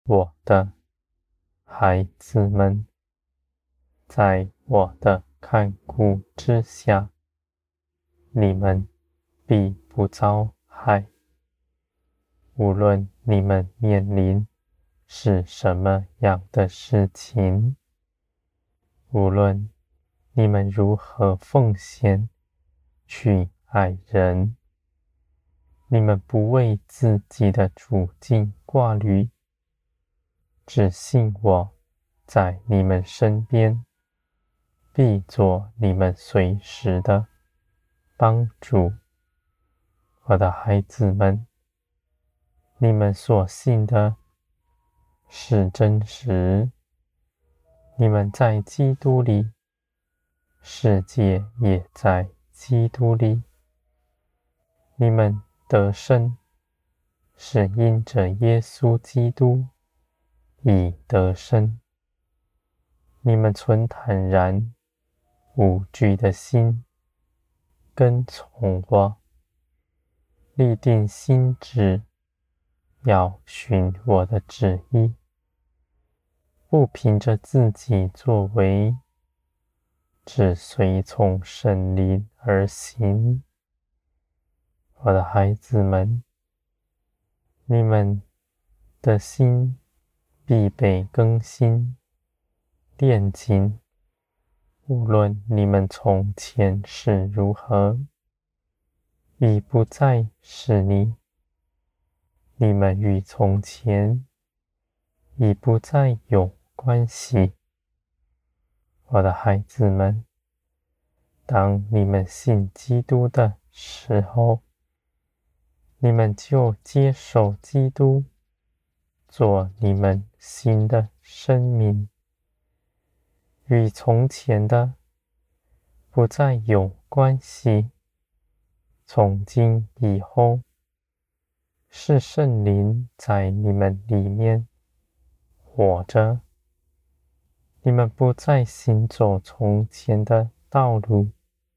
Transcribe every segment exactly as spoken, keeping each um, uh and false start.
我的孩子们，在我的看顾之下，你们必不遭害。无论你们面临是什么样的事情，无论你们如何奉献去爱人，你们不为自己的处境挂虑，只信我在你们身边，必做你们随时的帮助。我的孩子们，你们所信的是真实，你们在基督里，世界也在基督里。你们得生，是因着耶稣基督已得生。你们存坦然无惧的心，跟从我，立定心志，要寻我的旨意，不凭着自己作为，只随从圣灵而行。我的孩子们，你们的心必被更新、炼净。无论你们从前是如何，已不再是你。你们与从前已不再有关系。我的孩子们，当你们信基督的时候，你们就接受基督，做你们新的生命，与从前的不再有关系。从今以后，是圣灵在你们里面活着，你们不再行走从前的道路。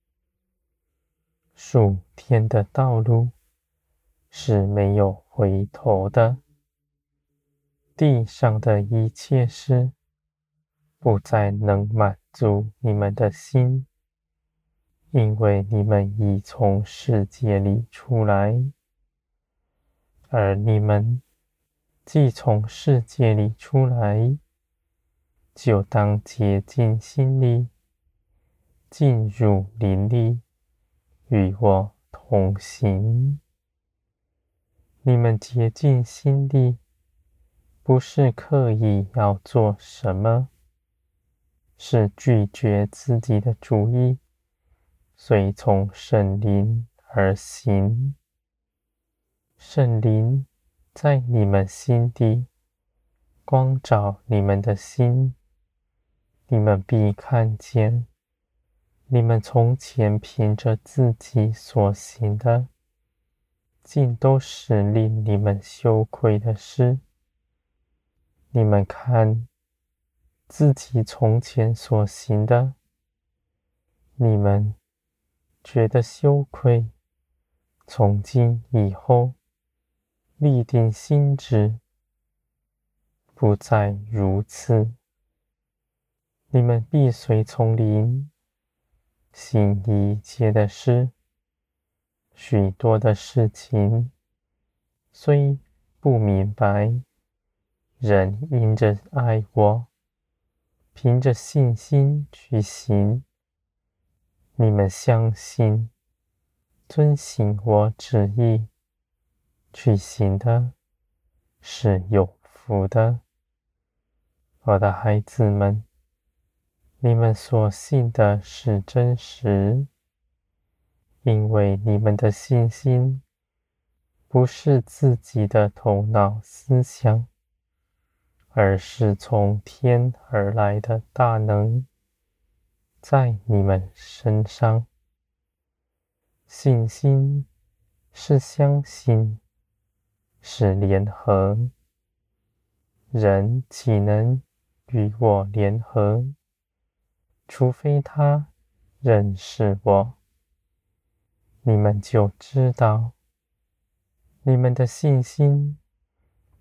属天的道路是没有回头的，地上的一切事不再能满足你们的心，因为你们已从世界里出来，而你们既从世界里出来，就当洁净心里，进入灵里，与我同行。你们洁净心里，不是刻意要做什么，是拒绝自己的主意，随从圣灵而行。圣灵在你们心底光照你们的心，你们必看见，你们从前凭着自己所行的，尽都是令你们羞愧的事。你们看自己从前所行的，你们觉得羞愧，从今以后立定心志，不再如此。你们必随从灵，行一切的事。许多的事情虽不明白，人因着爱我，凭着信心去行。你们相信，遵行我旨意去行的，是有福的。我的孩子们，你们所信的是真实，因为你们的信心不是自己的头脑思想，而是从天而来的大能，在你们身上。信心是相信，是联合。人岂能与我联合，除非他认识我？你们就知道，你们的信心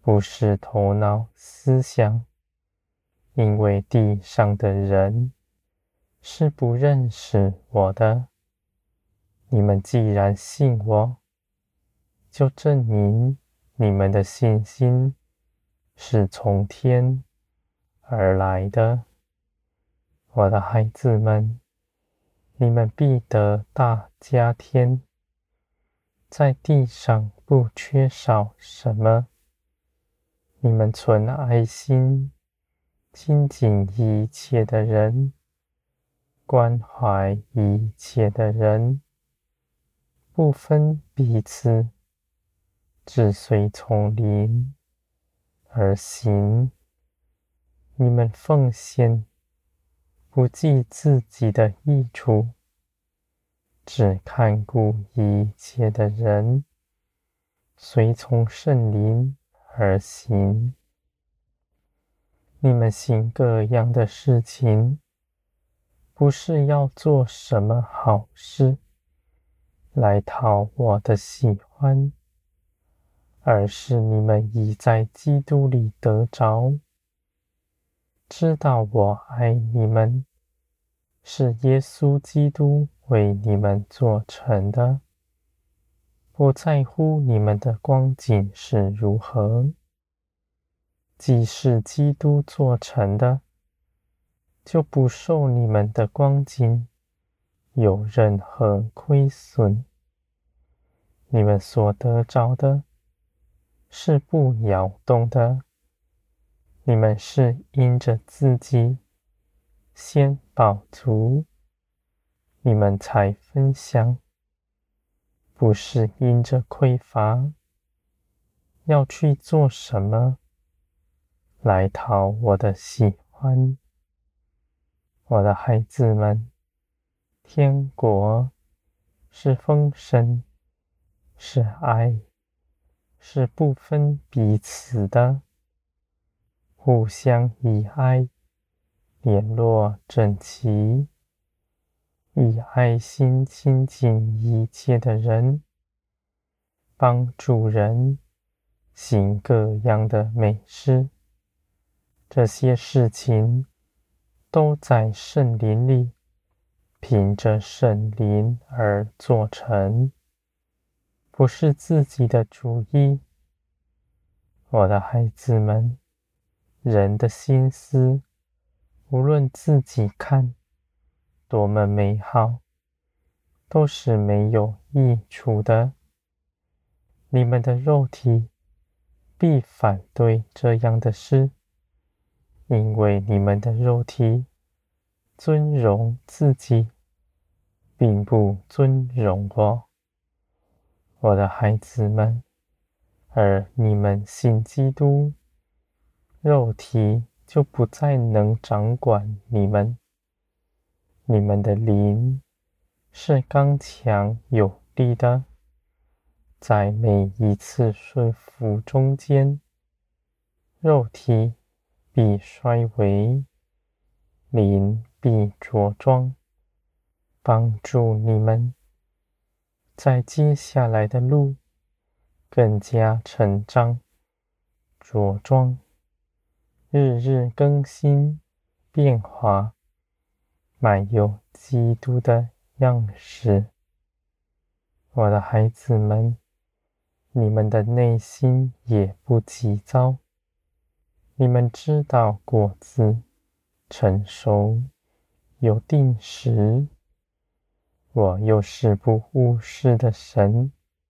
不是头脑思想，因为地上的人是不认识我的。你们既然信我，就证明你们的信心是从天而来的。我的孩子们，你们必得大加添，在地上不缺少什么。你们存爱心，亲近一切的人，关怀一切的人，不分彼此，只随从灵而行。你们奉献，不计自己的益处，只看顾一切的人，随从圣灵而行。你们行各样的事情，不是要做什么好事来讨我的喜欢，而是你们已在基督里得着，知道我爱你们，是耶稣基督为你们做成的，不在乎你们的光景是如何。既是基督做成的，就不受你们的光景有任何亏损。你们所得着的是不摇动的，你们是因着自己先饱足，你们才分享，不是因着匮乏，要去做什么来讨我的喜欢。我的孩子们，天国是丰盛，是爱，是不分彼此的，互相以爱联络整齐，以爱心亲近一切的人，帮助人行各样的美事。这些事情都在圣灵里，凭着圣灵而做成，不是自己的主意。我的孩子们，人的心思，无论自己看多么美好，都是没有益处的。你们的肉体必反对这样的事，因为你们的肉体尊荣自己，并不尊荣我。我的孩子们，而你们信基督，肉体就不再能掌管你们。你们的灵是刚强有力的，在每一次顺服中间，肉体必衰微，灵必茁壮，帮助你们在接下来的路更加成长茁壮，日日更新变化，满有基督的样式。我的孩子们，你们的内心也不急躁，你们知道果子成熟有定时，我又是不误事的神。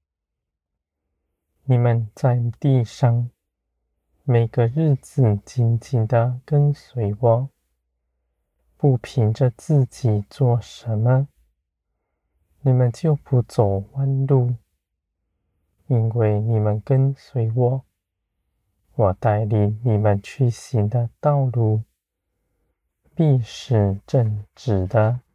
你们在地上每个日子紧紧地跟随我，不凭着自己做什么，你们就不走弯路，因为你们跟随我，我带领你们去行的道路必是正直的。